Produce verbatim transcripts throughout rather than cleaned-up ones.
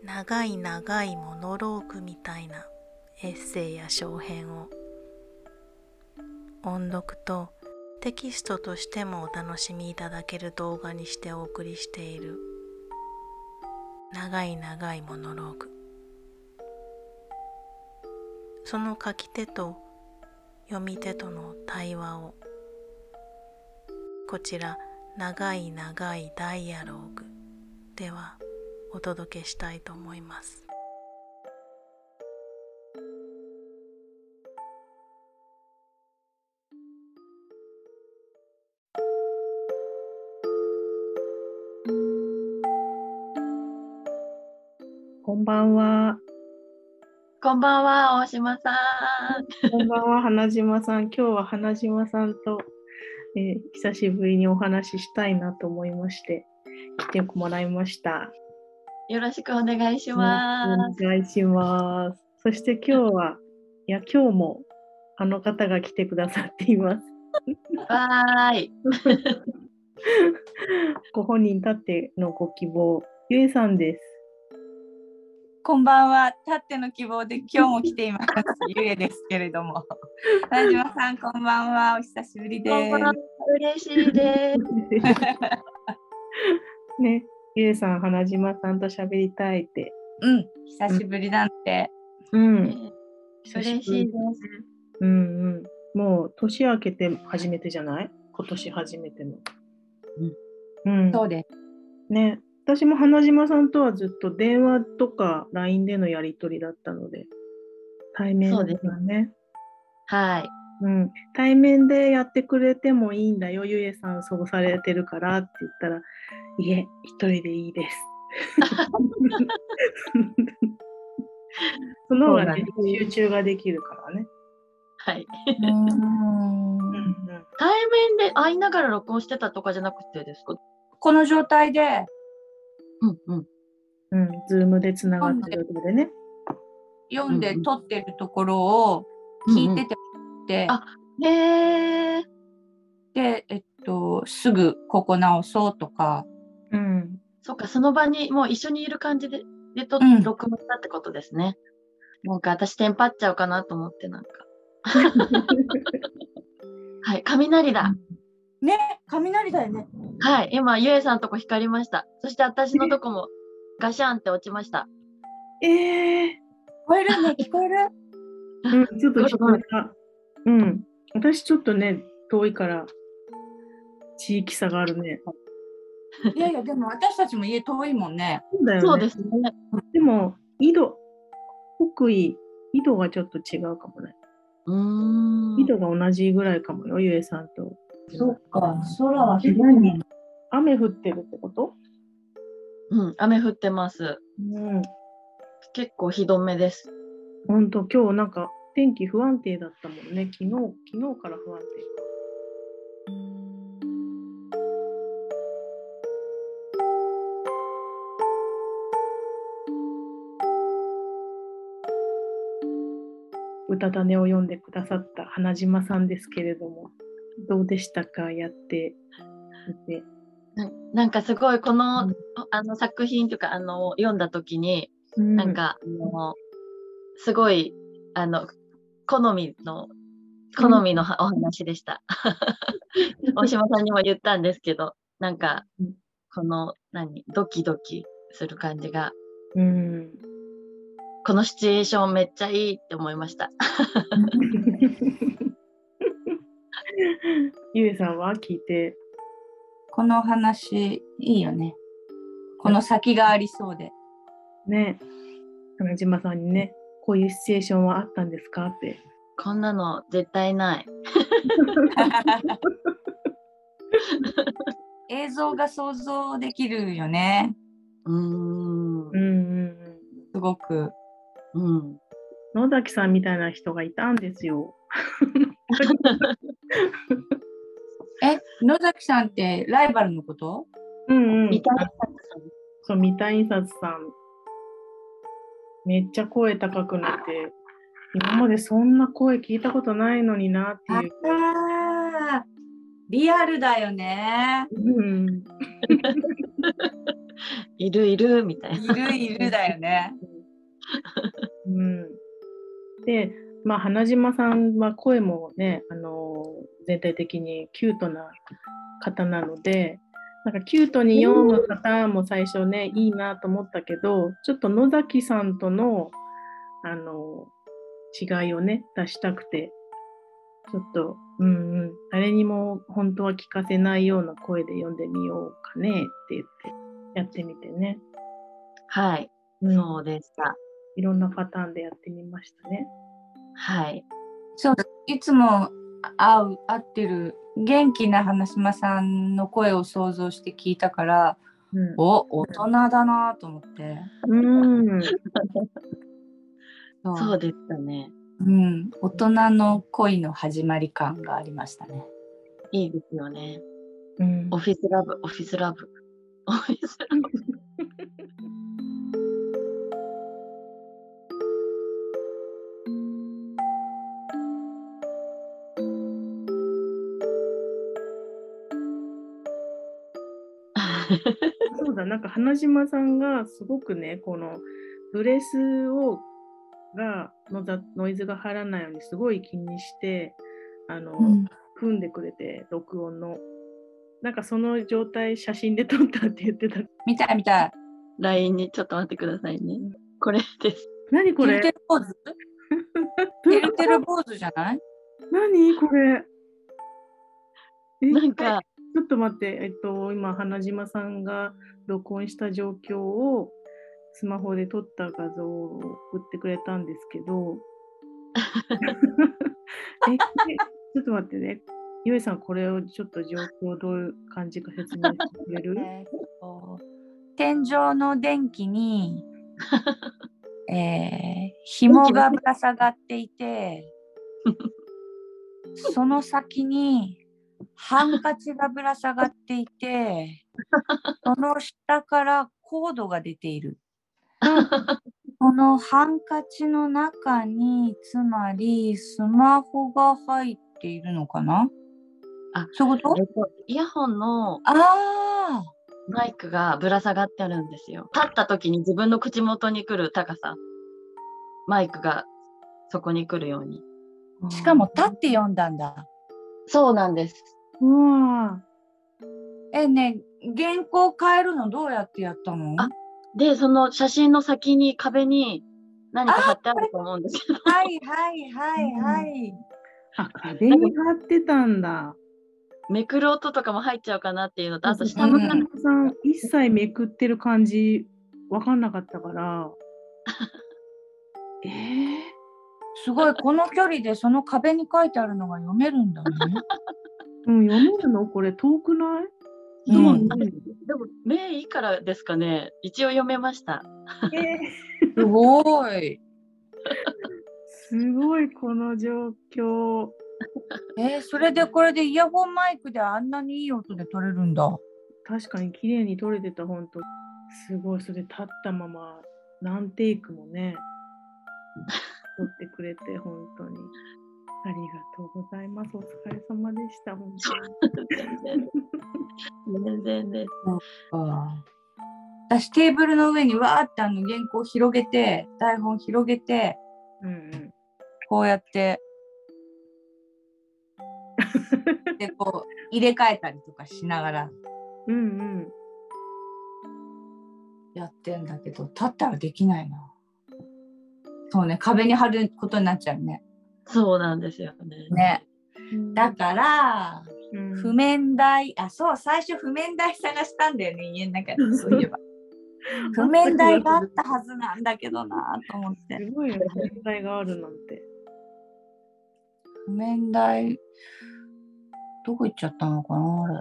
長い長いモノローグみたいなエッセイや小編を音読とテキストとしてもお楽しみいただける動画にしてお送りしている長い長いモノローグ。その書き手と読み手との対話をこちら長い長いダイアローグではお届けしたいと思います。 こんばんは。 こんばんは、大島さん。 こんばんは、花島さん。今日は花島さんと、えー久しぶりにお話ししたいなと思いまして、来てもらいました。 よろしくお願いします。 お願いします。そして今日は、いや、今日もあの方が来てくださっています。 わーい。 ご本人たってのご希望、ゆえさんです。 こんばんは。たっての希望で今日も来ています。ゆえですけれども。花島さん、こんばんは。お久しぶりです。 こんばんは。嬉しいです。 ね、ゆえさん、花島さんと喋りたいって。 うん、久しぶりなんて。 うん。 嬉しいです。 うんうん。もう年明けて初めてじゃない？今年初めての。うん。うん、 そうです。 ね。私も花島さんとはずっと電話とか ライン でのやり取りだったので、対面ですよね。 はい。 うん。対面でやってくれてもいいんだよ、ゆえさんそうされてるからって言ったら、いえ、一人でいいです。その方が、ね、集中ができるからね。 はい。 うん対面で会いながら録音してたとかじゃなくてですか？ この状態で、 うんうんうん、ズームでつながってるのでね。 読んで撮ってるところを聞いてて、 うんうん、あ、へー。 で、えっと、すぐここ直そうとか。 うん。 そっか、その場にもう一緒にいる感じで、でと、 うん、 録音したってことですね。なんか私テンパっちゃうかなと思ってなんか。はい、雷だ。 ね、雷だよね。 はい、今、ゆえさんとこ光りました。そして私のとこもガシャンって落ちました。 えー、 聞こえるね、聞こえるうん、ちょっと聞こえた。うん。私ちょっとね、遠いから地域差があるね。 いやいや、でも私たちも家遠いもんね。 そうだよね。 そうですね。 でも、緯度、北緯、緯度がちょっと違うかもね。 うーん。 緯度が同じぐらいかもよ、ゆえさんと。 そっか、空は広いね。 雨降ってるってこと？ うん、雨降ってます。 うん。 結構ひどめです。 ほんと、今日なんか天気不安定だったもんね。昨日、昨日から不安定か。歌種を読んでくださった花島さんですけれども、どうでしたか、やってみて。 な, なんかすごいこの、うん、あの作品というかあの読んだ時に、うん、なんかあのすごいあの好みの好みのお話でした。うん、大島さんにも言ったんですけど、なんかこの何ドキドキする感じが。 うん、 このシチュエーションめっちゃいいって思いました。 ゆえさんは聞いて。 この話いいよね。この先がありそうで。 ね、花島さんにね、こういうシチュエーションはあったんですかって。 こんなの絶対ない。 映像が想像できるよね。 うーん。 うんうん、 すごく。 うん。 野崎さんみたいな人がいたんですよ。 え、野崎さんってライバルのこと？ うんうん。 三田印刷さん。 そう、三田印刷さん。めっちゃ声高くなって、今までそんな声聞いたことないのになっていう。 ああ、リアルだよね。 うん。 いるいるみたいな。 いるいるだよね。 うん、で、まあ、花島さんは声もね、あの全体的にキュートな方なので、なんかキュートに読むパターンも最初ね、いいなと思ったけど、ちょっと野崎さんとの、あの違いをね、出したくて、ちょっと、うんうん、誰にも本当は聞かせないような声で読んでみようかねって言ってやってみてね。 はい、 うん、 そうでした。 いろんなパターンでやってみましたね。 はい。 そういつも会う会ってる元気な花島さんの声を想像して聞いたから、うん、お大人だなと思って。 うんそう、そうでしたね。 うん、大人の恋の始まり感がありましたね。 いいですよね。 うん、 オフィスラブ、オフィスラブ。オフィスラブ。 そうだ、なんか花島さんがすごくね、このブレスをがのノイズが入らないようにすごい気にしてあの、うん、組んでくれて、録音のなんかその状態写真で撮ったって言ってた。 見たい見たい。 ライン にちょっと待ってくださいね。これです。 何これ？ てるてる坊主？てるてる坊主じゃない？ 何これ？ なんかちょっと待って、えっと今花島さんが録音した状況をスマホで撮った画像を送ってくれたんですけどえちょっと待ってね、ゆえさん、これをちょっと状況どういう感じか説明してくれる？ えー、と天井の電気に、えー、紐がぶら下がっていてその先にハンカチがぶら下がっていてその下からコードが出ている。このハンカチの中につまりスマホが入っているのかな？ あ、 そういうこと？ えっと、イヤホンのあマイクがぶら下がってあるんですよ。立った時に自分の口元に来る高さ、マイクがそこに来るように。 しかも立って読んだんだ。 そうなんです。 うわえね、原稿変えるのどうやってやったの？ あで、その写真の先に壁に何か貼ってあると思うんですけど。 はいはいはいはい。 あ、壁に貼ってたんだ。 めくる音とかも入っちゃうかなっていうのと、あと下の花さん、一切めくってる感じ分かんなかったから。えー、 すごい、この距離でその壁に書いてあるのが読めるんだね。 うん、読めるのこれ遠くない？ そう、うん、でも目いいからですかね。一応読めました。 えー、 すごい。 すごいこの状況。 えー、それでこれでイヤホンマイクであんなにいい音で撮れるんだ。 確かに綺麗に撮れてた、本当。すごい、それ立ったまま何テイクもね、撮ってくれて、本当に。ありがとうございます。お疲れ様でした。本当に。全然です。 私テーブルの上にわーってあの原稿を広げて、台本広げて、 うんうん、 こうやってでこう入れ替えたりとかしながらうんうんやってんだけど、立ったらできないな。そうね、壁に貼ることになっちゃうね。 そうなんですよね。 ね。だから、うん、譜面台、あ、そう、最初譜面台探したんだよね、家の中で、そういえば。譜面台があったはずなんだけどなと思って。 すごいよ、譜面台があるなんて。 譜面台、どこ行っちゃったのかな、あれ。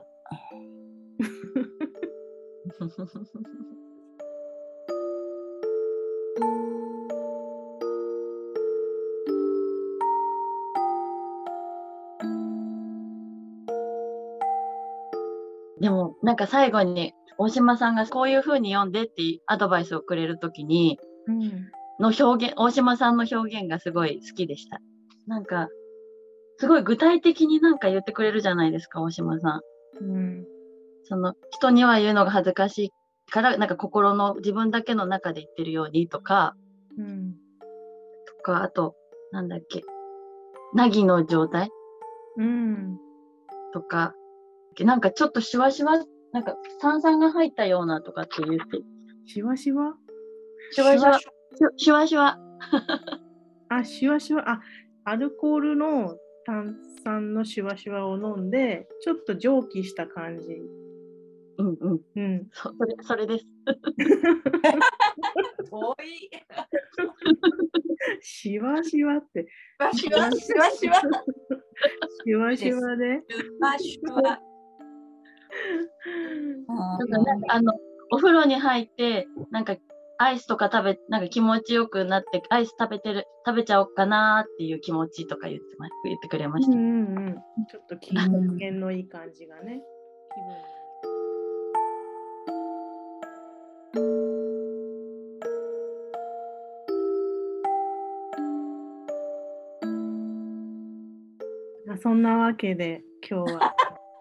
でもなんか最後に大島さんがこういう風に読んでってアドバイスをくれるときに、うん、の表現、大島さんの表現がすごい好きでした。なんかすごい具体的になんか言ってくれるじゃないですか、大島さん。うん、その人には言うのが恥ずかしからなんか心の自分だけの中で言ってるようにとか、 うん、 とかあとなんだっけ、なぎの状態うん、 とか、なんかちょっとシュワシュワ、なんか炭酸が入ったようなとかって言って、 しわしわシュワシュワ、シュワシュワ。 あ、シュワシュワ、あ、アルコールの炭酸のシュワシュワを飲んで、ちょっと蒸気した感じ。 うんうん。 うん。 そそれ、それです。 遠い。 シワシワって。 シュワシュワシュワ。 シワシワで。 シュワシュワ。 なんかね、あの、お風呂に入って、なんか、アイスとか食べ、なんか気持ちよくなって、アイス食べてる、食べちゃおうかなっていう気持ちとか言ってま、言ってくれました。 うんうんうん。ちょっと気持ちのいい感じがね。気分まあ、そんなわけで今日は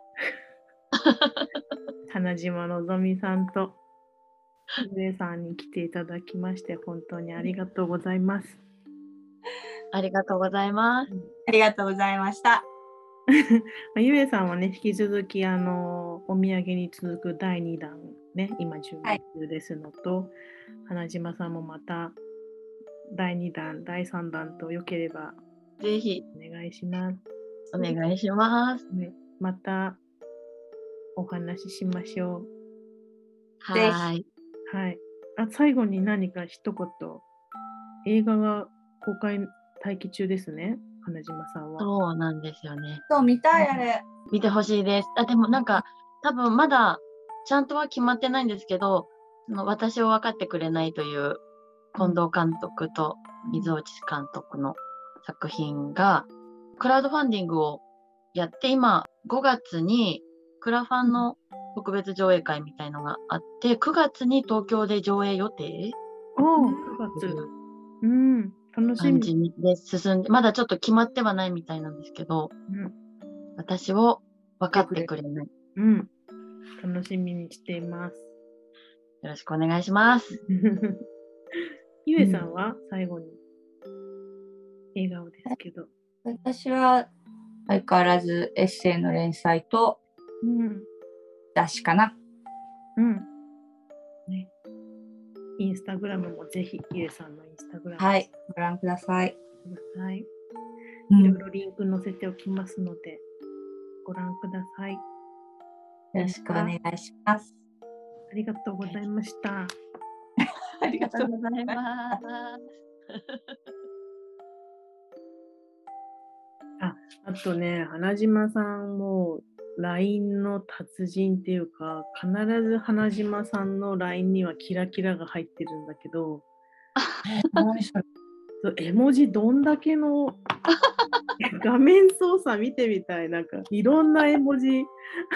花島のぞみさんとゆえさんに来ていただきまして本当にありがとうございます。 ありがとうございます。 ありがとうございました。 ゆえさんはね、引き続きあのお土産に続くだいにだんね、今準備中ですのと、はい、花島さんもまただいにだん、だいさんだんとよければぜひお願いします。 お願いします。 ね、またお話ししましょう。 はい。 はい。あ、最後に何か一言、映画が公開待機中ですね、花島さんは。 そうなんですよね。 そう、見たいあれ。 見てほしいです。あ、でもなんか、多分まだちゃんとは決まってないんですけど、その私を分かってくれないという近藤監督と水落監督の作品が、クラウドファンディングをやって、今、ごがつにクラファンの特別上映会みたいのがあって、くがつに東京で上映予定。 おー、くがつ。うん、楽しみ。 感じで進んで、まだちょっと決まってはないみたいなんですけど、うん、私を分かってくれない。 うん、楽しみにしています。 よろしくお願いします。 ゆえさんは最後に笑顔ですけど。 私は相変わらずエッセイの連載と雑誌かな。 うん。ね。インスタグラムもぜひゆえさんのインスタグラム、 はい、ご覧ください。 はい。いろいろリンク載せておきますので、ご覧ください。 よろしくお願いします。 ありがとうございました。 ありがとうございます。 あ、あとね、花島さんも ライン の達人っていうか、必ず花島さんの ライン にはキラキラが入ってるんだけど、絵文字どんだけの画面操作見てみたい。なんかいろんな絵文字。 え、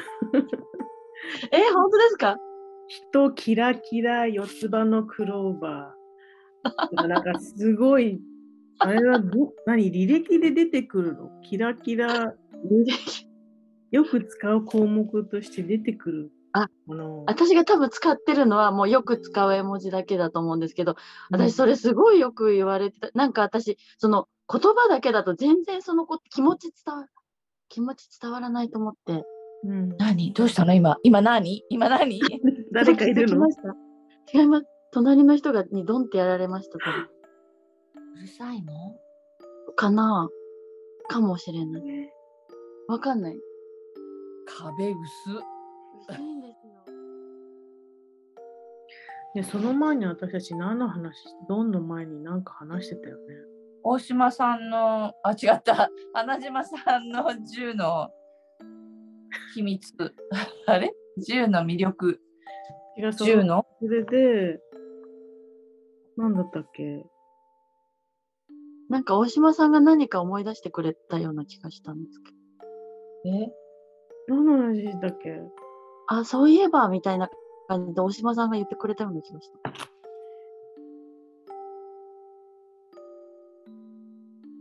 本当ですか？ 人キラキラ四つ葉のクローバー。なんかすごい。あれはど何履歴で出てくるの？キラキラ。よく使う項目として出てくる。 あ、あの私が多分使ってるのはもうよく使う絵文字だけだと思うんですけど、私それすごいよく言われてた。うん、なんか私その言葉だけだと全然そのこ気持ち伝わ気持ち伝わらないと思って。 うん、何どうしたの今今何今何誰かいるの？ 違います。隣の人がにドンってやられました。 うるさいのかなかもしれない。わかんない。 壁薄。 薄いんですよ。 で、その前に私たち何の話、どんどん前に何か話してたよね。 大島さんの、あ、違った。花島さんの銃の秘密。あれ銃の魅力。 違う、銃のそれで、何だったっけ？ なんか大島さんが何か思い出してくれたような気がしたんですけど。 え？何の話だっけ？ あ、そういえばみたいな感じで大島さんが言ってくれたような気がした。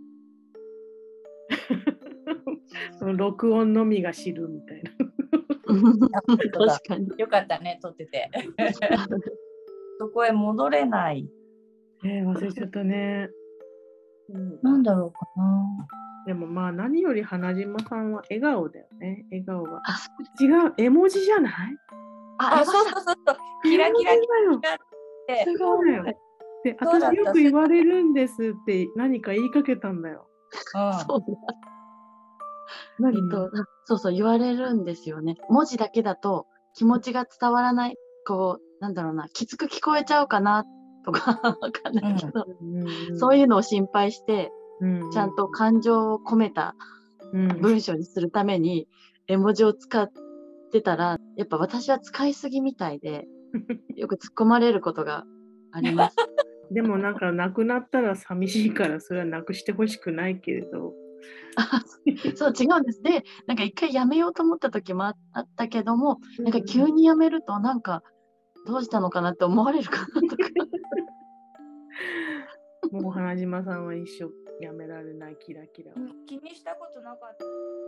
その録音のみが知るみたいな。 確かに。 よかったね、撮ってて。そこへ戻れない。 えー、忘れちゃったね。 うん、なんだろうかな。 でもまあ何より花島さんは笑顔だよね。笑顔が。違う、絵文字じゃない？ あ、 あ、そうそうそうそう。キラキラキラって。 すごい。で、私よく言われるんですって何か言いかけたんだよ。 ああ、そうだ。えっと、そうそう言われるんですよね。文字だけだと気持ちが伝わらない、こうなんだろうな、きつく聞こえちゃうかなとかわかんないけど、うん、そういうのを心配して、うん、ちゃんと感情を込めた文章にするために絵文字を使ってたら、やっぱ私は使いすぎみたいでよく突っ込まれることがあります。 でもなんかなくなったら寂しいからそれはなくしてほしくないけれど。 あ、そう違うんです。で、なんか一回やめようと思った時もあったけども、なんか急にやめるとなんかどうしたのかなって思われるかなとか。 もう花島さんは一生やめられないキラキラを。 気にしたことなかった。